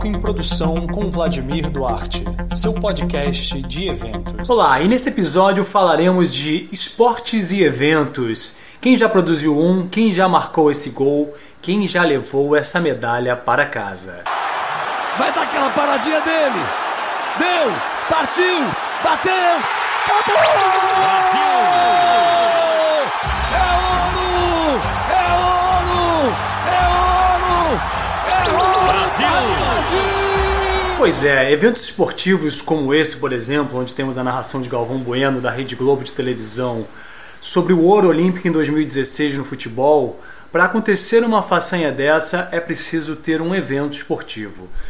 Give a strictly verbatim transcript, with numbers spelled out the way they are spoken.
Em produção com Vladimir Duarte, seu podcast de eventos. Olá, e nesse episódio falaremos de esportes e eventos. Quem já produziu um, quem já marcou esse gol, quem já levou essa medalha para casa. Vai dar aquela paradinha dele. Deu, partiu, bateu, acabou! Brasil! É ouro! É ouro! É ouro! É ouro! Brasil! Pois é, eventos esportivos como esse, por exemplo, onde temos a narração de Galvão Bueno, da Rede Globo de televisão, sobre o ouro olímpico em dois mil e dezesseis no futebol, para acontecer uma façanha dessa é preciso ter um evento esportivo.